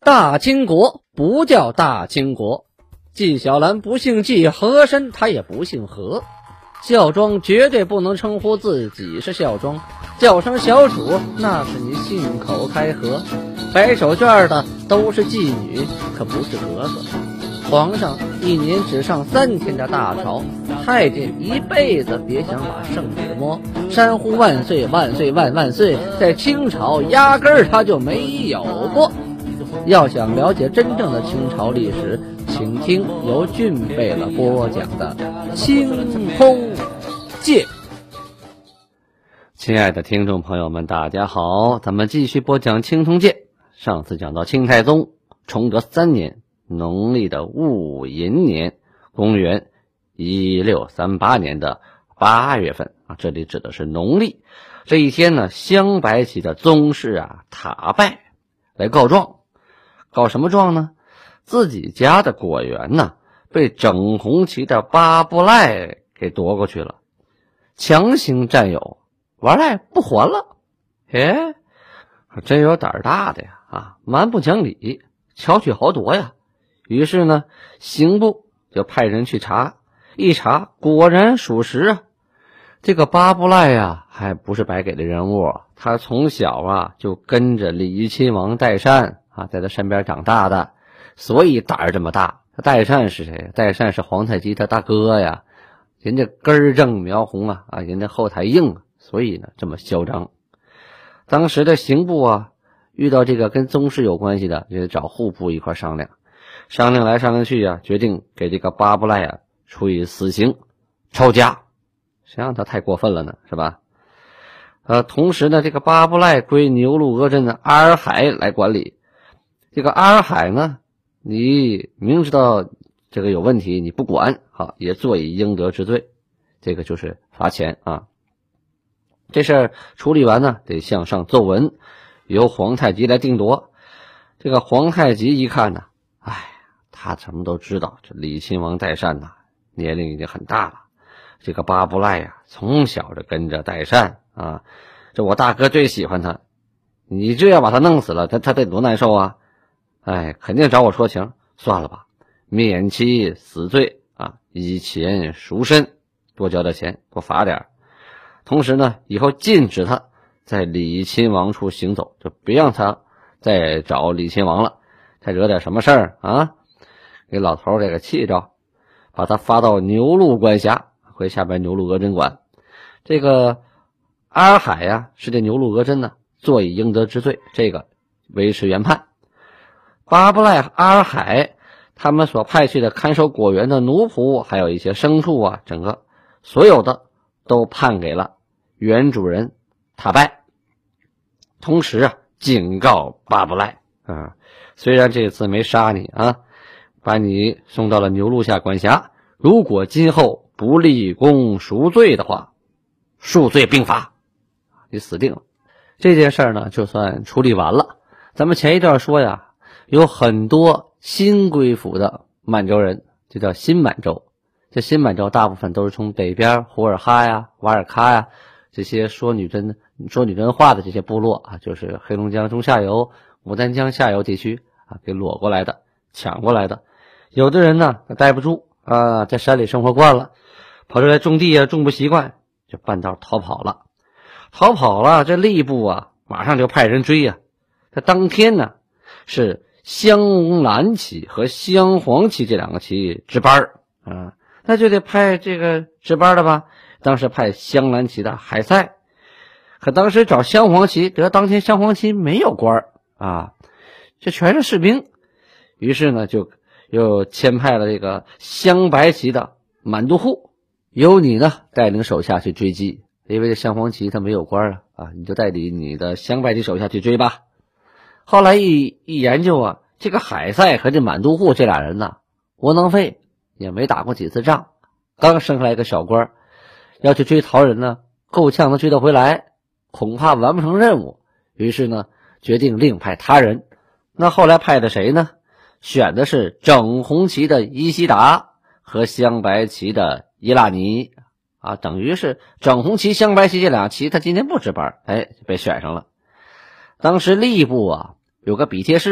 大清国不叫大清国，纪晓岚不姓纪，和珅他也不姓和。孝庄绝对不能称呼自己是孝庄，叫声小主那是你信口开河。摆手绢的都是妓女，可不是格格。皇上一年只上3天的大朝，太监一辈子别想把圣旨摸。山呼万岁万岁万万岁，在清朝压根儿他就没有过。要想了解真正的清朝历史，请听由俊贝勒播讲的《清通鉴》。亲爱的听众朋友们，大家好，咱们继续播讲《清通鉴》。上次讲到清太宗崇德3年，农历的戊寅年，公元1638年的8月份啊，这里指的是农历。这一天呢，镶白旗的宗室塔拜来告状。告什么状呢？自己家的果园呢，被整红旗的巴布赖给夺过去了，强行占有，完赖不还了。真有胆大的呀，蛮不讲理，巧取豪夺呀。于是呢，刑部就派人去查，一查果然属实啊。这个巴布赖还不是白给的人物，他从小就跟着李亲王代善在他身边长大的，所以胆儿这么大。代善是谁？代善是皇太极他大哥呀，人家根正苗红人家后台硬，所以呢这么嚣张。当时的刑部遇到这个跟宗室有关系的，就得找户部一块商量，商量来商量去决定给这个巴布赖处以死刑，抄家。谁让他太过分了呢，是吧？同时呢，这个巴布赖归牛录阿真的阿尔海来管理。这个阿尔海呢，你明知道这个有问题你不管，也坐以应得之罪，这个就是罚钱啊。这事儿处理完呢，得向上奏文，由皇太极来定夺。这个皇太极一看呢，他什么都知道，这李亲王代善年龄已经很大了，这个巴布赖从小就跟着代善这我大哥最喜欢他，你就要把他弄死了，他得多难受啊！肯定找我说情，算了吧，免其死罪以钱赎身，多交点钱，多罚点。同时呢，以后禁止他在李亲王处行走，就别让他再找李亲王了，再惹点什么事儿给老头这个气着，把他发到牛录管辖，回下边牛录阿真管。这个阿尔海是这牛录阿真坐以应得之罪，这个维持原判。巴布赖、阿尔海他们所派去的看守果园的奴仆，还有一些牲畜整个所有的都判给了原主人塔拜。同时警告巴布赖虽然这次没杀你把你送到了牛录下管辖，如果今后不立功赎罪的话，数罪并罚，你死定了。这件事呢就算处理完了。咱们前一段说有很多新归附的满洲人，就叫新满洲。这新满洲大部分都是从北边胡尔哈瓦尔喀这些说女真话的这些部落就是黑龙江中下游、牡丹江下游地区给裸过来的，抢过来的。有的人呢待不住在山里生活惯了，跑出来种地种不习惯，就半道逃跑了。这吏部马上就派人追这当天呢是镶蓝旗和镶黄旗这2个旗值班那就得派这个值班的吧。当时派镶蓝旗的海塞，可当时找镶黄旗，得当天镶黄旗没有官这全是士兵。于是呢就又牵派了这个镶白旗的满都护，由你呢带领手下去追击，因为这镶黄旗他没有官你就带领你的镶白旗手下去追吧。后来一研究这个海塞和这满都护这俩人窝囊废，也没打过几次仗，刚升上来一个小官，要去追逃人呢，够呛能追得回来，恐怕完不成任务。于是呢决定另派他人。那后来派的谁呢？选的是整红旗的伊西达和镶白旗的伊拉尼等于是整红旗、镶白旗这俩旗他今天不值班，被选上了。当时吏部有个笔帖式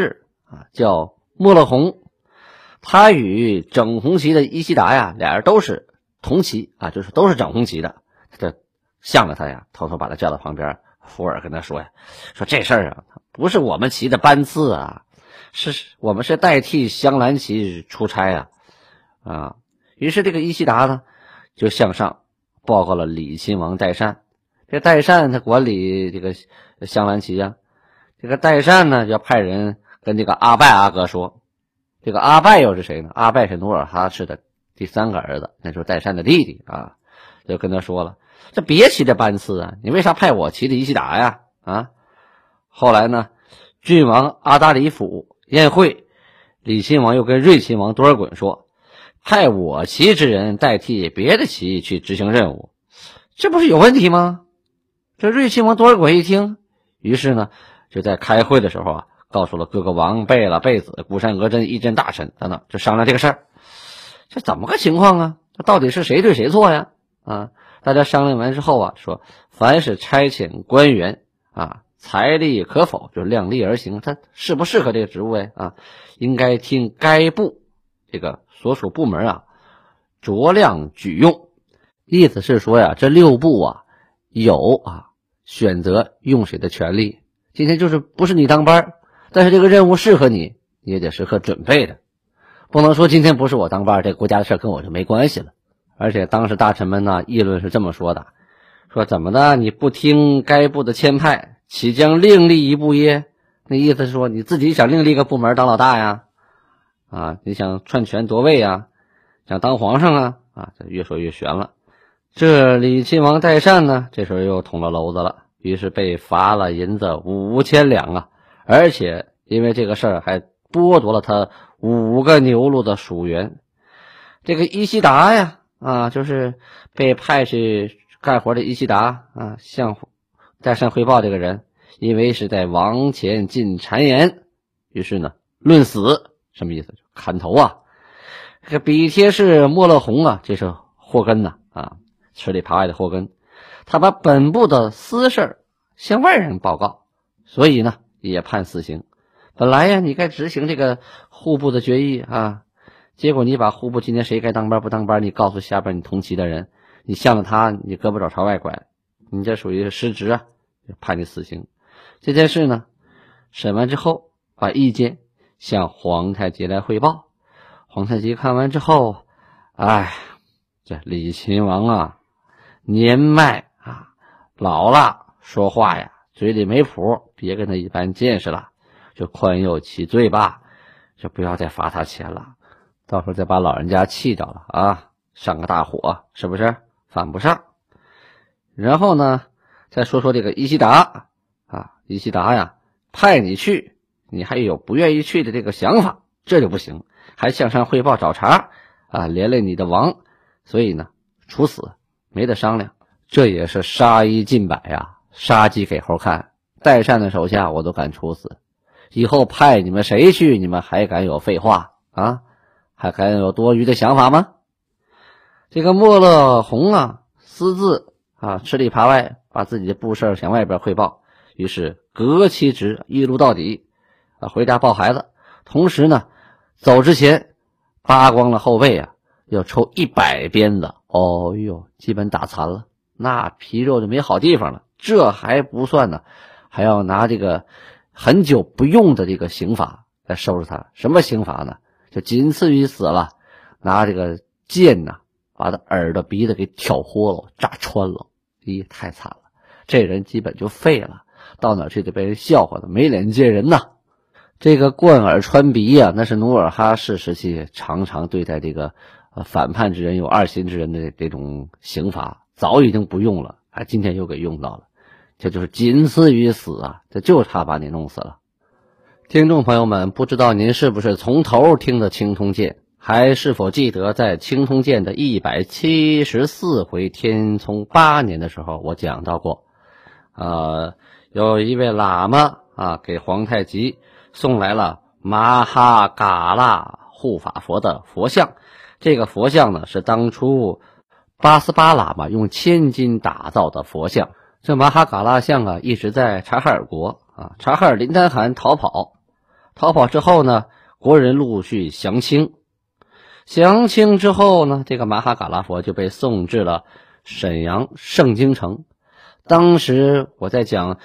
叫莫勒红。他与整红旗的伊西达呀，俩人都是同旗就是都是整红旗的。他就向着他呀，偷偷把他叫到旁边，福尔跟他说说这事儿不是我们旗的班次是我们是代替镶蓝旗出差于是这个伊西达呢就向上报告了李亲王代善。这代善他管理这个镶蓝旗这个代善呢就派人跟这个阿拜阿哥说。这个阿拜又是谁呢？阿拜是努尔哈赤的第3个儿子，那就是代善的弟弟就跟他说了，这别骑这班次你为啥派我骑的伊西达呀？后来呢，郡王阿达里府宴会，李亲王又跟睿亲王多尔衮说，派我旗之人代替别的旗去执行任务，这不是有问题吗？这睿亲王多尔衮一听，于是呢就在开会的时候告诉了各个王、贝勒、贝子、固山额真、议政大臣等等，就商量这个事儿。这怎么个情况这到底是谁对谁错呀？大家商量完之后说，凡是差遣官员财力可否，就量力而行，他适不适合这个职务应该听该部这个所属部门酌量举用。意思是说这6部有选择用谁的权利。今天就是不是你当班，但是这个任务适合你，你也得时刻准备的，不能说今天不是我当班，这个国家的事跟我就没关系了。而且当时大臣们议论是这么说的，说怎么的，你不听该部的牵派，岂将另立一部耶？那意思是说你自己想另立一个部门当老大呀？你想篡权夺位想当皇上这越说越悬了。这李亲王代善呢，这时候又捅了娄子了，于是被罚了银子5000两而且因为这个事儿还剥夺了他5个牛录的属员。这个伊西达就是被派去干活的伊西达向代善汇报这个人，因为是在王前进谗言，于是呢论死。什么意思？砍头这个比贴氏莫勒红这是祸根吃里扒外的祸根，他把本部的私事向外人报告，所以呢也判死刑。本来你该执行这个户部的决议结果你把户部今天谁该当班不当班，你告诉下边你同期的人，你向着他，你胳膊肘朝外拐，你这属于失职判你死刑。这件事呢审完之后，把意见向皇太极来汇报。皇太极看完之后，这李亲王年迈老了，说话嘴里没谱，别跟他一般见识了，就宽宥其罪吧，就不要再罚他钱了，到时候再把老人家气着了上个大火，是不是犯不上。然后呢再说说这个伊西达伊西达派你去，你还有不愿意去的这个想法，这就不行，还向上汇报找茬连累你的王，所以呢处死，没得商量。这也是杀一儆百杀鸡给猴看，代善的手下我都敢处死，以后派你们谁去，你们还敢有废话还敢有多余的想法吗？这个莫勒红私自吃里扒外，把自己的部事向外边汇报，于是革其职，一路到底回家抱孩子。同时呢走之前扒光了后背要抽100鞭子，基本打残了，那皮肉就没好地方了。这还不算呢，还要拿这个很久不用的这个刑法来收拾他。什么刑法呢？就仅次于死了，拿这个剑把他耳朵鼻子给挑豁了，炸穿了。太惨了，这人基本就废了，到哪去就被人笑话的没脸见人这个贯耳穿鼻那是努尔哈赤时期常常对待这个反叛之人有二心之人的这种刑罚，早已经不用了，今天又给用到了，这就是仅次于死这就差把你弄死了。听众朋友们，不知道您是不是从头听的青铜剑，还是否记得在青铜剑的174回天聪8年的时候，我讲到过有一位喇嘛给皇太极送来了玛哈嘎拉护法佛的佛像。这个佛像呢是当初八思巴喇嘛用千金打造的佛像。这玛哈嘎拉像一直在察哈尔国察哈尔林丹汗逃跑， 逃跑之后呢，国人陆续降清。降清之后呢，这个玛哈嘎拉佛就被送至了沈阳盛京城。当时我在讲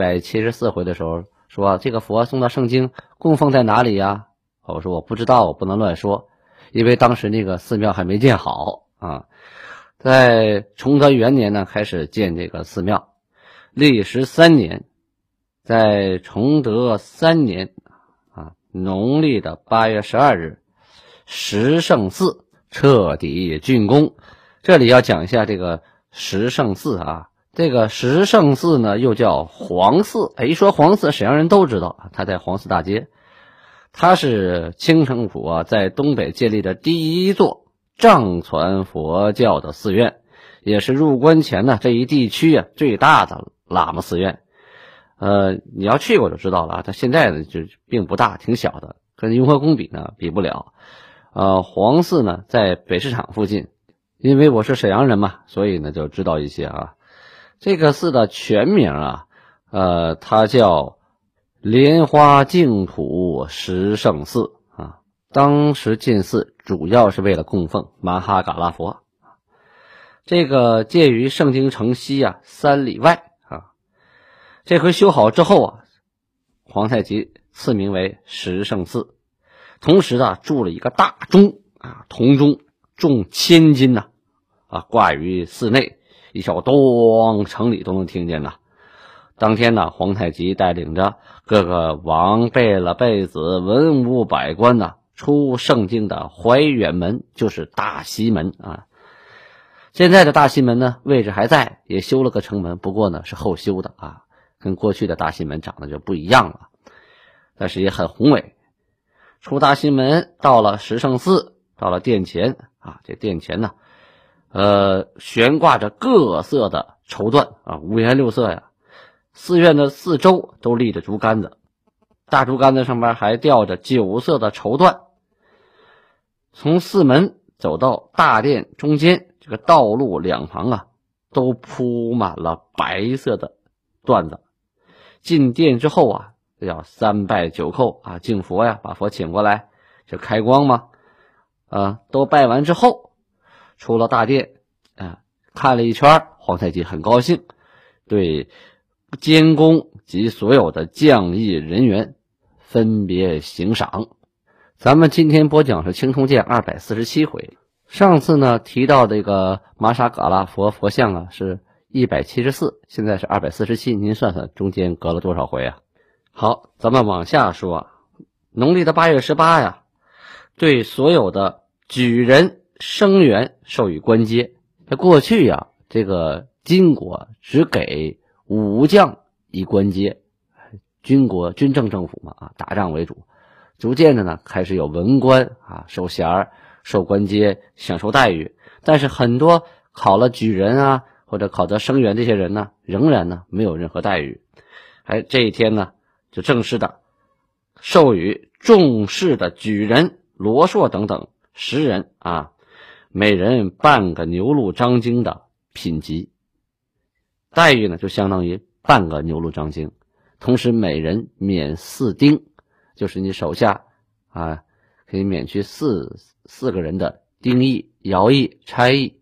174回的时候说，这个佛送到盛京供奉在哪里呀？我说我不知道，我不能乱说，因为当时那个寺庙还没建好啊。在崇德元年呢，开始建这个寺庙，历时3年，在崇德3年农历的8月12日，十圣寺彻底竣工。这里要讲一下这个十圣寺啊，这个十圣寺呢又叫黄寺。一说黄寺，沈阳人都知道，它在黄寺大街。它是清政府在东北建立的第一座藏传佛教的寺院，也是入关前呢这一地区最大的喇嘛寺院。你要去过就知道了，它现在呢就并不大，挺小的，跟雍和宫比呢比不了。黄寺呢在北市场附近，因为我是沈阳人嘛，所以呢就知道一些啊。这个寺的全名它叫莲花净土十圣寺啊。当时建寺主要是为了供奉玛哈嘎拉佛。这个介于盛京城西3里外啊。这回修好之后皇太极赐名为十圣寺，同时铸了一个大钟铜钟，重1000斤挂于寺内，一小咚，城里都能听见当天皇太极带领着各个王贝勒贝子文武百官出盛京的怀远门，就是大西门现在的大西门呢位置还在，也修了个城门，不过呢是后修的跟过去的大西门长得就不一样了，但是也很宏伟。出大西门，到了十圣寺，到了殿前这殿前呢悬挂着各色的绸缎五颜六色寺院的四周都立着竹竿子，大竹竿子上面还吊着9色的绸缎。从寺门走到大殿中间，这个道路两旁都铺满了白色的缎子。进殿之后要3拜9叩敬佛把佛请过来，就开光嘛都拜完之后，出了大殿看了一圈，皇太极很高兴，对监工及所有的将役人员分别行赏。咱们今天播讲是青铜剑247回，上次呢提到这个玛莎嘎拉佛佛像是174，现在是247，您算算中间隔了多少回好，咱们往下说农历的8月18对所有的举人生员授予官阶。过去这个金国只给武将一官阶，军政政府嘛打仗为主，逐渐的呢开始有文官受衔受官阶，享受待遇。但是很多考了举人或者考得生员这些人呢，仍然呢没有任何待遇。这一天呢就正式的授予重视的举人、罗硕等等10人每人半个牛鹿张经的品级，待遇呢就相当于半个牛鹿张经，同时每人免4丁，就是你手下可以免去四个人的丁役、徭役、差役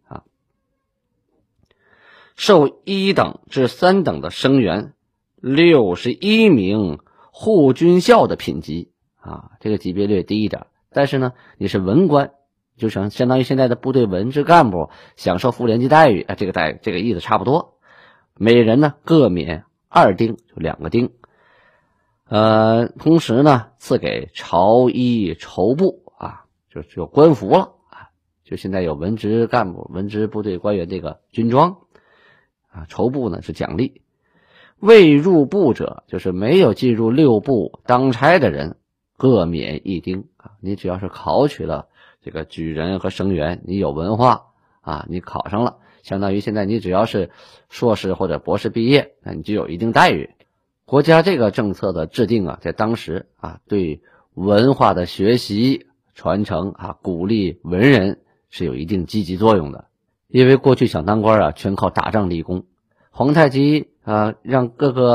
授1等至3等的生员61名护军校的品级这个级别略低一点，但是呢你是文官，就相当于现在的部队文职干部享受副连级待遇这个意思差不多。每人呢各免2丁，就2个丁。同时呢赐给朝衣绸布就有官服了就现在有文职干部、文职部队官员这个军装绸布呢是奖励。未入部者，就是没有进入6部当差的人，各免1丁你只要是考取了这个举人和生员，你有文化你考上了，相当于现在你只要是硕士或者博士毕业，那你就有一定待遇。国家这个政策的制定在当时对文化的学习传承鼓励文人是有一定积极作用的。因为过去想当官全靠打仗立功，皇太极让各个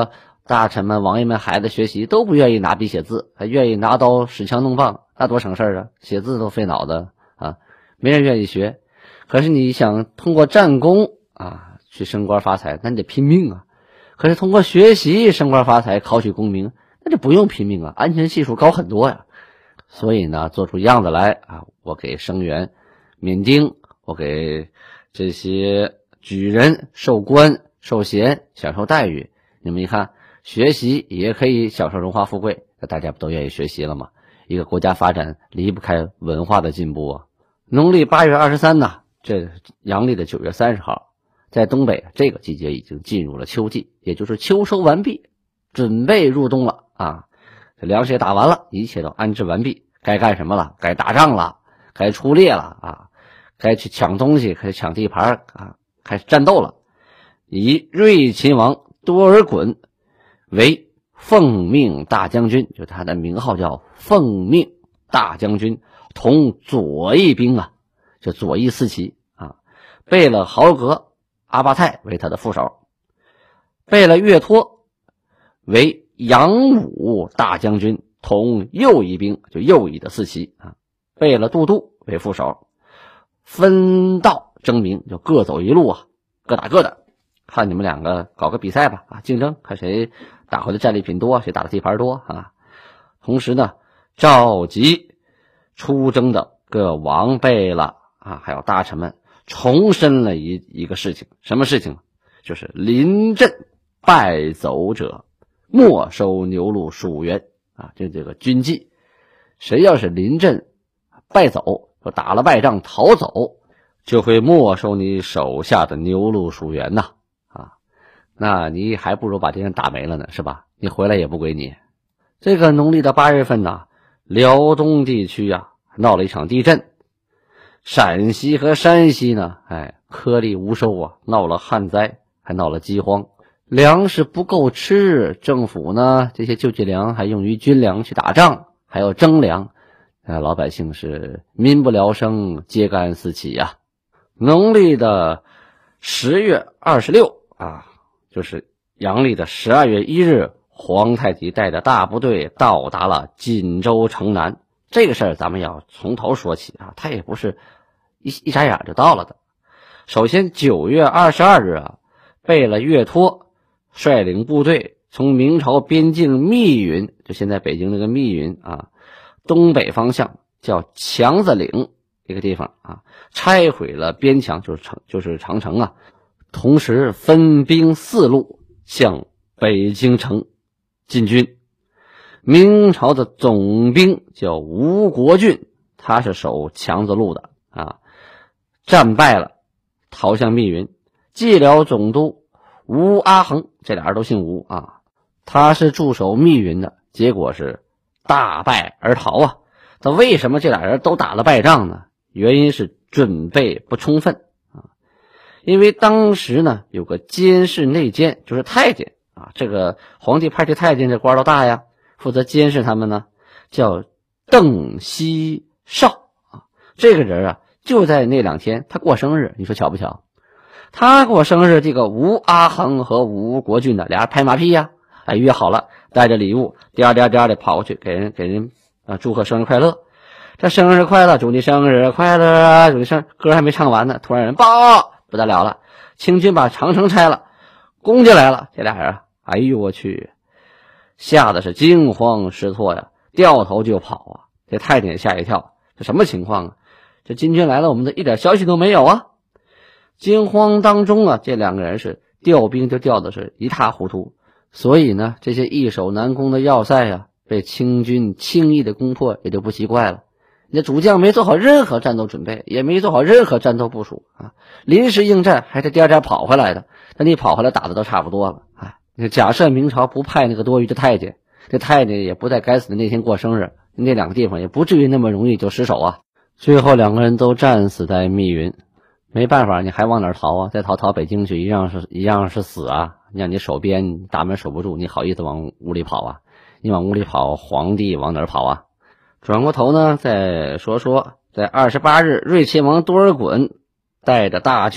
大臣们、王爷们、孩子学习都不愿意拿笔写字，还愿意拿刀使枪弄棒，那多省事啊！写字都费脑子啊，没人愿意学。可是你想通过战功啊去升官发财，那你得拼命啊。可是通过学习升官发财、考取功名，那就不用拼命啊，安全系数高很多呀。所以呢，做出样子来啊，我给生员免丁，我给这些举人授官授衔，享受待遇。你们一看，学习也可以享受荣华富贵，那大家不都愿意学习了吗？一个国家发展离不开文化的进步啊。农历8月23呢，这阳历的9月30号，在东北这个季节已经进入了秋季，也就是秋收完毕，准备入冬了啊。这粮食也打完了，一切都安置完毕，该干什么了？该打仗了，该出猎了啊，该去抢东西，该抢地盘啊，开始战斗了。以瑞秦王多尔衮为奉命大将军，就他的名号叫奉命大将军，同左翼兵啊，就左翼四旗啊，贝勒豪格阿巴泰为他的副手，贝勒岳托为扬武大将军，同右翼兵，就右翼的四旗啊，贝勒杜度为副手，分道争鸣，就各走一路啊，各打各的。看你们两个搞个比赛吧啊，竞争，看谁打回的战利品多，谁打的地盘多啊。同时呢，召集出征的各王贝勒啊，还有大臣们，重申了一个事情，什么事情？就是临阵败走者，没收牛鹿属元啊，这个军纪。谁要是临阵败走，打了败仗逃走，就会没收你手下的牛鹿属元呐。那你还不如把这人打没了呢，是吧？你回来也不归你。这个农历的8月份呢，辽东地区啊闹了一场地震，陕西和山西呢，颗粒无收啊，闹了旱灾，还闹了饥荒，粮食不够吃，政府呢这些救济粮还用于军粮去打仗，还要征粮，老百姓是民不聊生，秸秆四起呀。农历的10月26啊。就是阳历的12月1日，皇太极带着大部队到达了锦州城南。这个事儿咱们要从头说起啊，他也不是一眨眼就到了的。首先9月22日啊，贝勒岳托率领部队从明朝边境密云，就现在北京那个密云啊，东北方向叫强子岭一个地方啊，拆毁了边墙，就是长城啊。同时分兵4路向北京城进军。明朝的总兵叫吴国俊，他是守强子路的啊，战败了，逃向密云。蓟辽总督吴阿衡，这俩人都姓吴啊，他是驻守密云的，结果是大败而逃啊。他为什么这俩人都打了败仗呢？原因是准备不充分。因为当时呢有个监视内监，就是太监啊，这个皇帝派去太监，这官都大呀，负责监视他们呢，叫邓锡绍啊。这个人啊就在那2天他过生日，你说巧不巧？他过生日，这个吴阿衡和吴国俊的俩人拍马屁呀，约好了带着礼物颠的跑过去给人祝贺生日快乐。这生日快乐，祝你生日快乐，祝你生日，歌还没唱完呢，突然人报不得了了，清军把长城拆了，攻进来了。这俩人哎呦我去，吓得是惊慌失措呀，掉头就跑啊。这太监吓一跳，这什么情况啊？这金军来了，我们的一点消息都没有啊。惊慌当中啊，这2个人是调兵就调的是一塌糊涂，所以呢这些易守难攻的要塞啊，被清军轻易的攻破也就不奇怪了。你的主将没做好任何战斗准备，也没做好任何战斗部署啊，临时应战还是颠跑回来的，那你跑回来打的都差不多了。假设明朝不派那个多余的太监，这太监也不在该死的那天过生日，那2个地方也不至于那么容易就失守啊。最后2个人都战死在密云，没办法，你还往哪儿逃啊？再逃北京去，一样是死啊！让你守边大门守不住，你好意思往屋里跑啊？你往屋里跑，皇帝往哪儿跑啊？转过头呢，再说在28日，瑞亲王多尔衮带着大军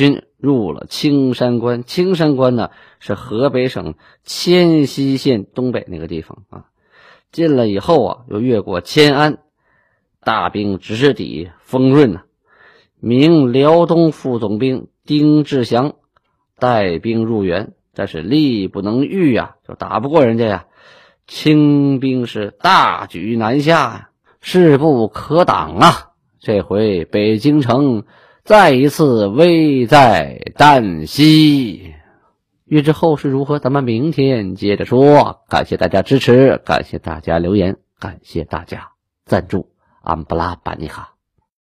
入了青山关。青山关呢是河北省迁西县东北那个地方啊。进了以后啊，又越过迁安，大兵直抵丰润明辽东副总兵丁志祥带兵入援，但是力不能御啊，就打不过人家呀。清兵是大举南下呀，势不可挡啊。这回北京城再一次危在旦夕。欲知后事如何，咱们明天接着说。感谢大家支持，感谢大家留言，感谢大家赞助安布拉巴尼哈。